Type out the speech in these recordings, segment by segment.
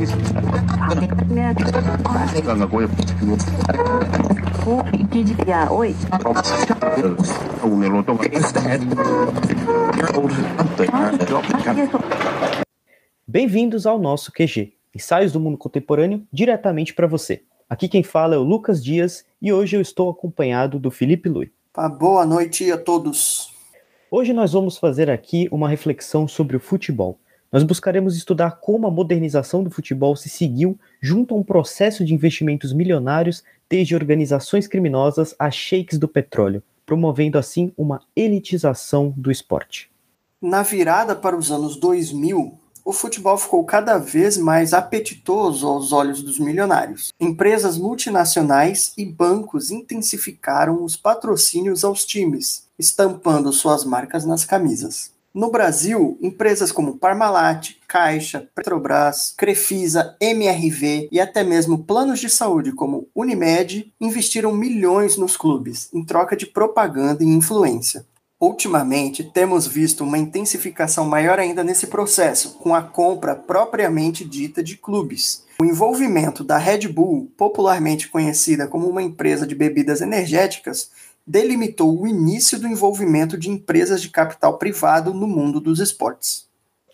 Bem-vindos ao nosso QG, Ensaios do Mundo Contemporâneo, diretamente para você. Aqui quem fala é o Lucas Dias e hoje eu estou acompanhado do Felipe Lui. Boa noite a todos. Hoje nós vamos fazer aqui uma reflexão sobre o futebol. Nós buscaremos estudar como a modernização do futebol se seguiu junto a um processo de investimentos milionários, desde organizações criminosas a sheiks do petróleo, promovendo assim uma elitização do esporte. Na virada para os anos 2000, o futebol ficou cada vez mais apetitoso aos olhos dos milionários. Empresas multinacionais e bancos intensificaram os patrocínios aos times, estampando suas marcas nas camisas. No Brasil, empresas como Parmalat, Caixa, Petrobras, Crefisa, MRV e até mesmo planos de saúde como Unimed investiram milhões nos clubes, em troca de propaganda e influência. Ultimamente, temos visto uma intensificação maior ainda nesse processo, com a compra propriamente dita de clubes. O envolvimento da Red Bull, popularmente conhecida como uma empresa de bebidas energéticas, delimitou o início do envolvimento de empresas de capital privado no mundo dos esportes.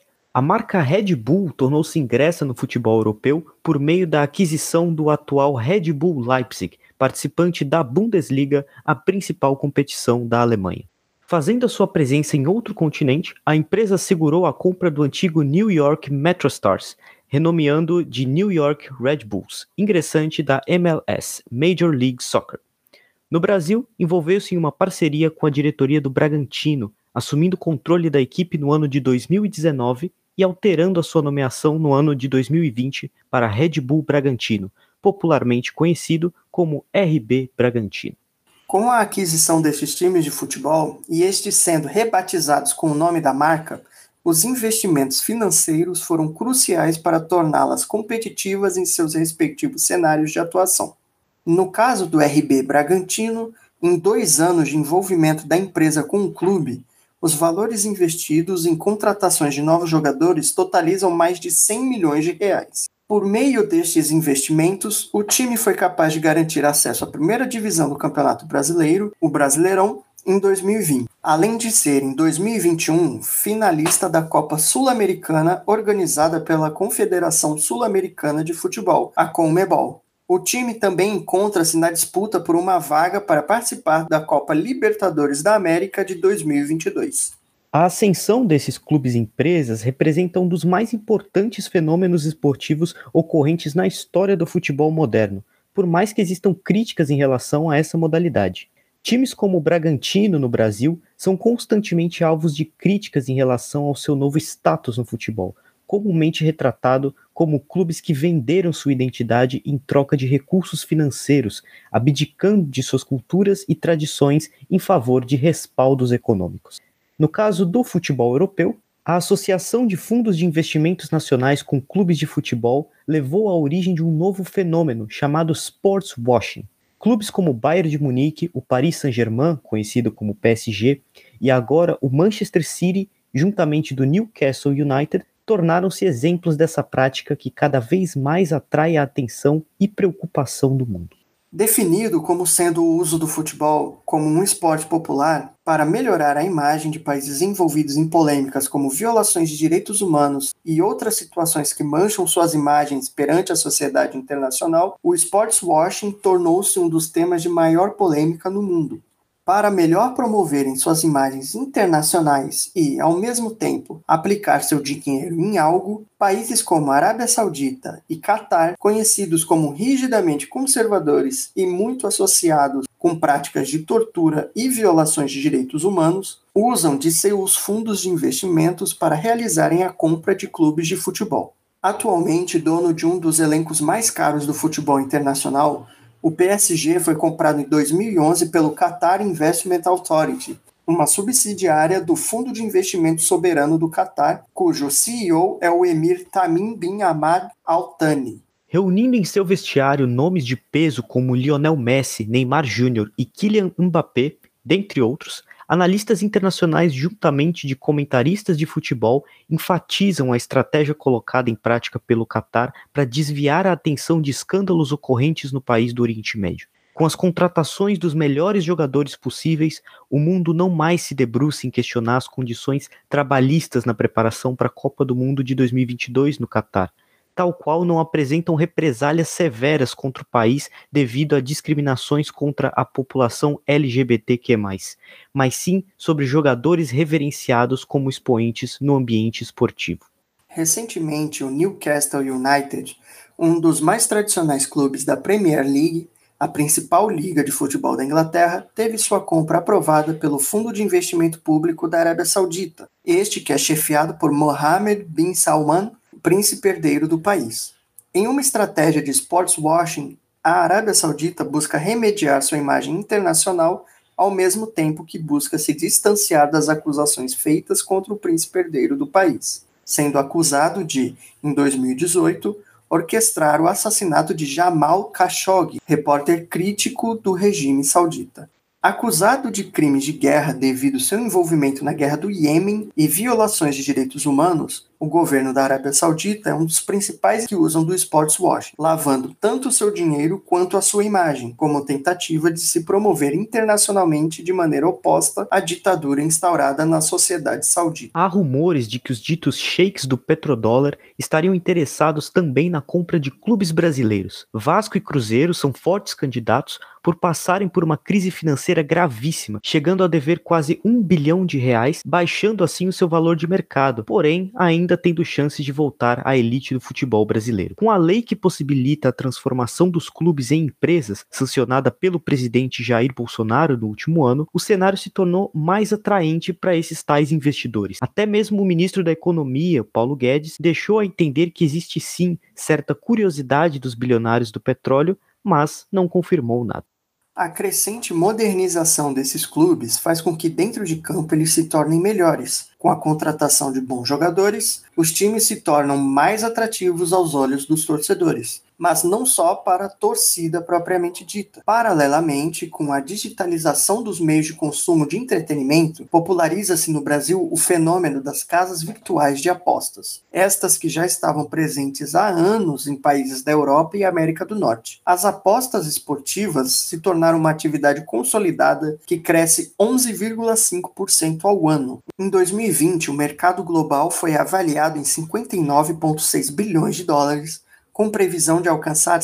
A marca Red Bull tornou-se ingressa no futebol europeu por meio da aquisição do atual Red Bull Leipzig, participante da Bundesliga, a principal competição da Alemanha. Fazendo a sua presença em outro continente, a empresa assegurou a compra do antigo New York MetroStars, renomeando de New York Red Bulls, ingressante da MLS, Major League Soccer. No Brasil, envolveu-se em uma parceria com a diretoria do Bragantino, assumindo o controle da equipe no ano de 2019 e alterando a sua nomeação no ano de 2020 para Red Bull Bragantino, popularmente conhecido como RB Bragantino. Com a aquisição destes times de futebol, e estes sendo rebatizados com o nome da marca, os investimentos financeiros foram cruciais para torná-las competitivas em seus respectivos cenários de atuação. No caso do RB Bragantino, em 2 anos de envolvimento da empresa com o clube, os valores investidos em contratações de novos jogadores totalizam mais de 100 milhões de reais. Por meio destes investimentos, o time foi capaz de garantir acesso à primeira divisão do Campeonato Brasileiro, o Brasileirão, em 2020, além de ser, em 2021, finalista da Copa Sul-Americana organizada pela Confederação Sul-Americana de Futebol, a Conmebol. O time também encontra-se na disputa por uma vaga para participar da Copa Libertadores da América de 2022. A ascensão desses clubes e empresas representa um dos mais importantes fenômenos esportivos ocorrentes na história do futebol moderno, por mais que existam críticas em relação a essa modalidade. Times como o Bragantino no Brasil são constantemente alvos de críticas em relação ao seu novo status no futebol, comumente retratado como clubes que venderam sua identidade em troca de recursos financeiros, abdicando de suas culturas e tradições em favor de respaldos econômicos. No caso do futebol europeu, a associação de fundos de investimentos nacionais com clubes de futebol levou à origem de um novo fenômeno chamado sports washing. Clubes como o Bayern de Munique, o Paris Saint-Germain, conhecido como PSG, e agora o Manchester City, juntamente do Newcastle United, tornaram-se exemplos dessa prática que cada vez mais atrai a atenção e preocupação do mundo. Definido como sendo o uso do futebol como um esporte popular para melhorar a imagem de países envolvidos em polêmicas como violações de direitos humanos e outras situações que mancham suas imagens perante a sociedade internacional, o sports washing tornou-se um dos temas de maior polêmica no mundo. Para melhor promoverem suas imagens internacionais e, ao mesmo tempo, aplicar seu dinheiro em algo, países como Arábia Saudita e Catar, conhecidos como rigidamente conservadores e muito associados com práticas de tortura e violações de direitos humanos, usam de seus fundos de investimentos para realizarem a compra de clubes de futebol. Atualmente, dono de um dos elencos mais caros do futebol internacional, o PSG foi comprado em 2011 pelo Qatar Investment Authority, uma subsidiária do Fundo de Investimento Soberano do Qatar, cujo CEO é o Emir Tamim bin Hamad Al Thani. Reunindo em seu vestiário nomes de peso como Lionel Messi, Neymar Júnior e Kylian Mbappé, dentre outros, Analistas internacionais, juntamente de comentaristas de futebol, enfatizam a estratégia colocada em prática pelo Catar para desviar a atenção de escândalos ocorrentes no país do Oriente Médio. Com as contratações dos melhores jogadores possíveis, o mundo não mais se debruça em questionar as condições trabalhistas na preparação para a Copa do Mundo de 2022 no Catar, tal qual não apresentam represálias severas contra o país devido a discriminações contra a população LGBTQ+, mas sim sobre jogadores reverenciados como expoentes no ambiente esportivo. Recentemente, o Newcastle United, um dos mais tradicionais clubes da Premier League, a principal liga de futebol da Inglaterra, teve sua compra aprovada pelo Fundo de Investimento Público da Arábia Saudita, este que é chefiado por Mohammed bin Salman, príncipe herdeiro do país. Em uma estratégia de sports washing, a Arábia Saudita busca remediar sua imagem internacional ao mesmo tempo que busca se distanciar das acusações feitas contra o príncipe herdeiro do país, sendo acusado de, em 2018, orquestrar o assassinato de Jamal Khashoggi, repórter crítico do regime saudita. Acusado de crimes de guerra devido ao seu envolvimento na guerra do Iêmen e violações de direitos humanos, o governo da Arábia Saudita é um dos principais que usam do sports washing, lavando tanto o seu dinheiro quanto a sua imagem, como tentativa de se promover internacionalmente de maneira oposta à ditadura instaurada na sociedade saudita. Há rumores de que os ditos sheiks do petrodólar estariam interessados também na compra de clubes brasileiros. Vasco e Cruzeiro são fortes candidatos por passarem por uma crise financeira gravíssima, chegando a dever quase R$1 bilhão, baixando assim o seu valor de mercado, porém ainda tendo chance de voltar à elite do futebol brasileiro. Com a lei que possibilita a transformação dos clubes em empresas, sancionada pelo presidente Jair Bolsonaro no último ano, o cenário se tornou mais atraente para esses tais investidores. Até mesmo o ministro da Economia, Paulo Guedes, deixou a entender que existe sim certa curiosidade dos bilionários do petróleo, mas não confirmou nada. A crescente modernização desses clubes faz com que dentro de campo eles se tornem melhores. Com a contratação de bons jogadores, os times se tornam mais atrativos aos olhos dos torcedores, mas não só para a torcida propriamente dita. Paralelamente, com a digitalização dos meios de consumo de entretenimento, populariza-se no Brasil o fenômeno das casas virtuais de apostas, estas que já estavam presentes há anos em países da Europa e América do Norte. As apostas esportivas se tornaram uma atividade consolidada que cresce 11,5% ao ano. Em 2020, o mercado global foi avaliado em 59,6 bilhões de dólares, com previsão de alcançar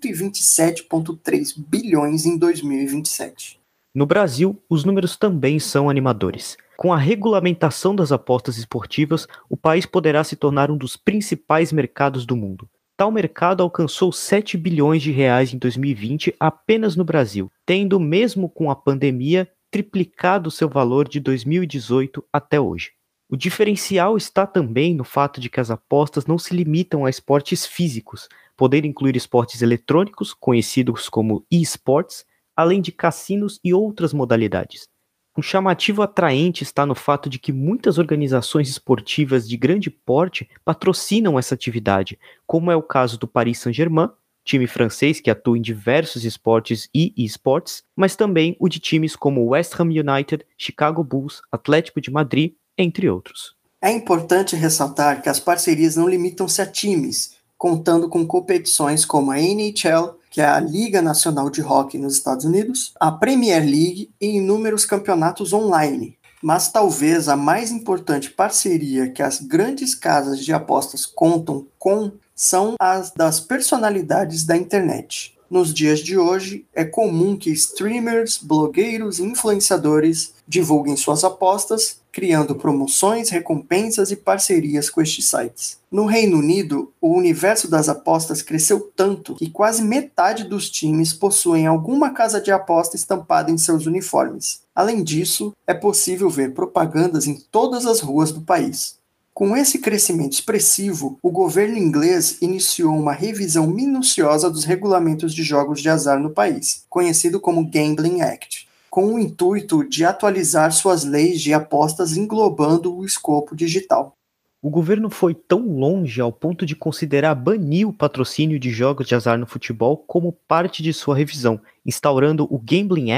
127,3 bilhões em 2027. No Brasil, os números também são animadores. Com a regulamentação das apostas esportivas, o país poderá se tornar um dos principais mercados do mundo. Tal mercado alcançou 7 bilhões de reais em 2020 apenas no Brasil, tendo, mesmo com a pandemia, triplicado seu valor de 2018 até hoje. O diferencial está também no fato de que as apostas não se limitam a esportes físicos, podendo incluir esportes eletrônicos, conhecidos como e-sports, além de cassinos e outras modalidades. Um chamativo atraente está no fato de que muitas organizações esportivas de grande porte patrocinam essa atividade, como é o caso do Paris Saint-Germain, time francês que atua em diversos esportes e esportes, mas também o de times como West Ham United, Chicago Bulls, Atlético de Madrid, entre outros. É importante ressaltar que as parcerias não limitam-se a times, contando com competições como a NHL, que é a Liga Nacional de Hóquei nos Estados Unidos, a Premier League e inúmeros campeonatos online. Mas talvez a mais importante parceria que as grandes casas de apostas contam com são as das personalidades da internet. Nos dias de hoje, é comum que streamers, blogueiros e influenciadores divulguem suas apostas, criando promoções, recompensas e parcerias com estes sites. No Reino Unido, o universo das apostas cresceu tanto que quase metade dos times possuem alguma casa de aposta estampada em seus uniformes. Além disso, é possível ver propagandas em todas as ruas do país. Com esse crescimento expressivo, o governo inglês iniciou uma revisão minuciosa dos regulamentos de jogos de azar no país, conhecido como Gambling Act, com o intuito de atualizar suas leis de apostas englobando o escopo digital. O governo foi tão longe ao ponto de considerar banir o patrocínio de jogos de azar no futebol como parte de sua revisão, instaurando o Gambling Act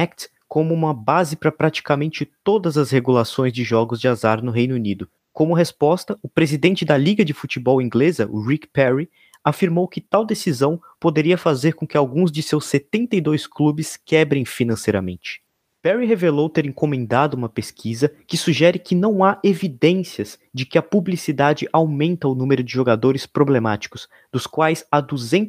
como uma base para praticamente todas as regulações de jogos de azar no Reino Unido. Como resposta, o presidente da Liga de Futebol Inglesa, o Rick Parry, afirmou que tal decisão poderia fazer com que alguns de seus 72 clubes quebrem financeiramente. Parry revelou ter encomendado uma pesquisa que sugere que não há evidências de que a publicidade aumenta o número de jogadores problemáticos, dos quais há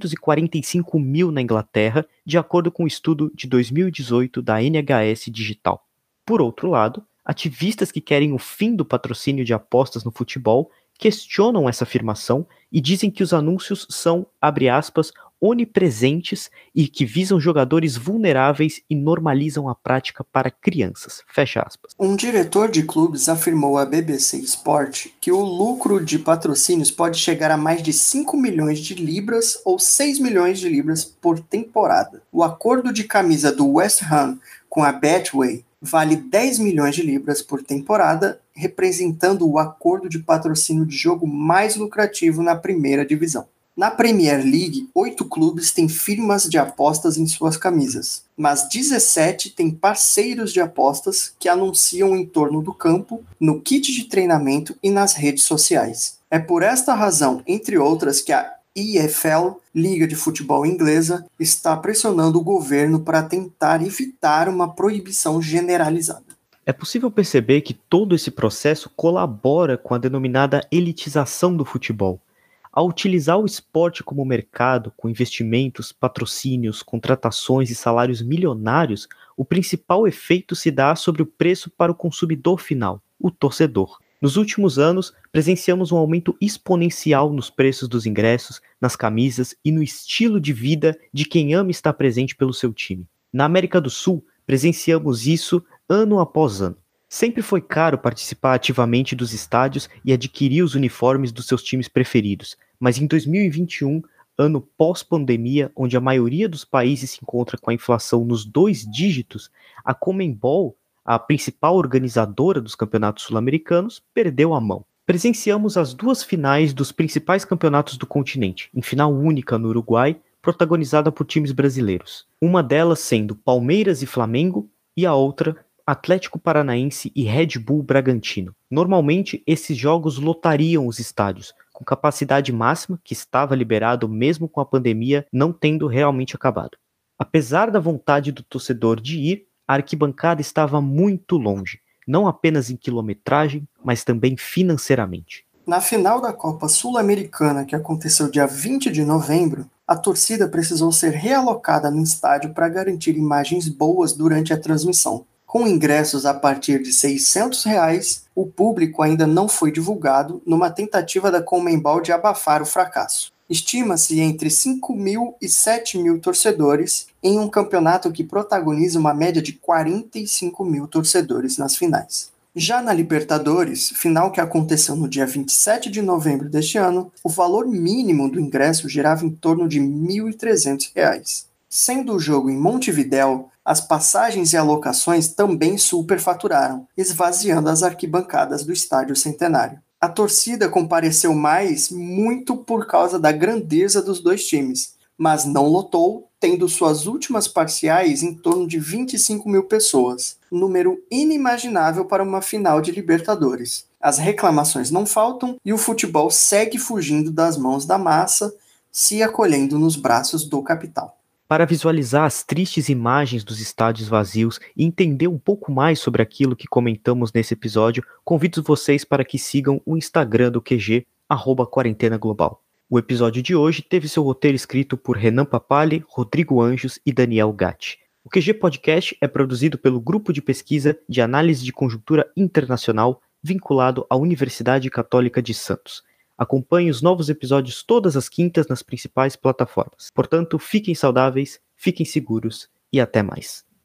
245 mil na Inglaterra, de acordo com o estudo de 2018 da NHS Digital. Por outro lado, ativistas que querem o fim do patrocínio de apostas no futebol questionam essa afirmação e dizem que os anúncios são, abre aspas, onipresentes e que visam jogadores vulneráveis e normalizam a prática para crianças, fecha aspas. Um diretor de clubes afirmou à BBC Sport que o lucro de patrocínios pode chegar a mais de 5 milhões de libras ou 6 milhões de libras por temporada. O acordo de camisa do West Ham com a Betway vale 10 milhões de libras por temporada, representando o acordo de patrocínio de jogo mais lucrativo na primeira divisão. Na Premier League, 8 clubes têm firmas de apostas em suas camisas, mas 17 têm parceiros de apostas que anunciam em torno do campo, no kit de treinamento e nas redes sociais. É por esta razão, entre outras, que a EFL, Liga de Futebol Inglesa, está pressionando o governo para tentar evitar uma proibição generalizada. É possível perceber que todo esse processo colabora com a denominada elitização do futebol. Ao utilizar o esporte como mercado, com investimentos, patrocínios, contratações e salários milionários, o principal efeito se dá sobre o preço para o consumidor final, o torcedor. Nos últimos anos, presenciamos um aumento exponencial nos preços dos ingressos, nas camisas e no estilo de vida de quem ama estar presente pelo seu time. Na América do Sul, presenciamos isso ano após ano. Sempre foi caro participar ativamente dos estádios e adquirir os uniformes dos seus times preferidos, mas em 2021, ano pós-pandemia, onde a maioria dos países se encontra com a inflação nos 2 dígitos, a Conmebol, a principal organizadora dos campeonatos sul-americanos, perdeu a mão. Presenciamos as 2 finais dos principais campeonatos do continente, em final única no Uruguai, protagonizada por times brasileiros. Uma delas sendo Palmeiras e Flamengo, e a outra Atlético Paranaense e Red Bull Bragantino. Normalmente, esses jogos lotariam os estádios, com capacidade máxima, que estava liberado mesmo com a pandemia não tendo realmente acabado. Apesar da vontade do torcedor de ir, a arquibancada estava muito longe, não apenas em quilometragem, mas também financeiramente. Na final da Copa Sul-Americana, que aconteceu dia 20 de novembro, a torcida precisou ser realocada no estádio para garantir imagens boas durante a transmissão. Com ingressos a partir de R$ 600, o público ainda não foi divulgado numa tentativa da Conmebol de abafar o fracasso. Estima-se entre 5 mil e 7 mil torcedores em um campeonato que protagoniza uma média de 45 mil torcedores nas finais. Já na Libertadores, final que aconteceu no dia 27 de novembro deste ano, o valor mínimo do ingresso girava em torno de R$ 1.300. Sendo o jogo em Montevidéu, as passagens e alocações também superfaturaram, esvaziando as arquibancadas do Estádio Centenário. A torcida compareceu mais muito por causa da grandeza dos 2 times, mas não lotou, tendo suas últimas parciais em torno de 25 mil pessoas, número inimaginável para uma final de Libertadores. As reclamações não faltam e o futebol segue fugindo das mãos da massa, se acolhendo nos braços do capital. Para visualizar as tristes imagens dos estádios vazios e entender um pouco mais sobre aquilo que comentamos nesse episódio, convido vocês para que sigam o Instagram do QG, @quarentenaglobal. O episódio de hoje teve seu roteiro escrito por Renan Papali, Rodrigo Anjos e Daniel Gatti. O QG Podcast é produzido pelo Grupo de Pesquisa de Análise de Conjuntura Internacional vinculado à Universidade Católica de Santos. Acompanhe os novos episódios todas as quintas nas principais plataformas. Portanto, fiquem saudáveis, fiquem seguros e até mais.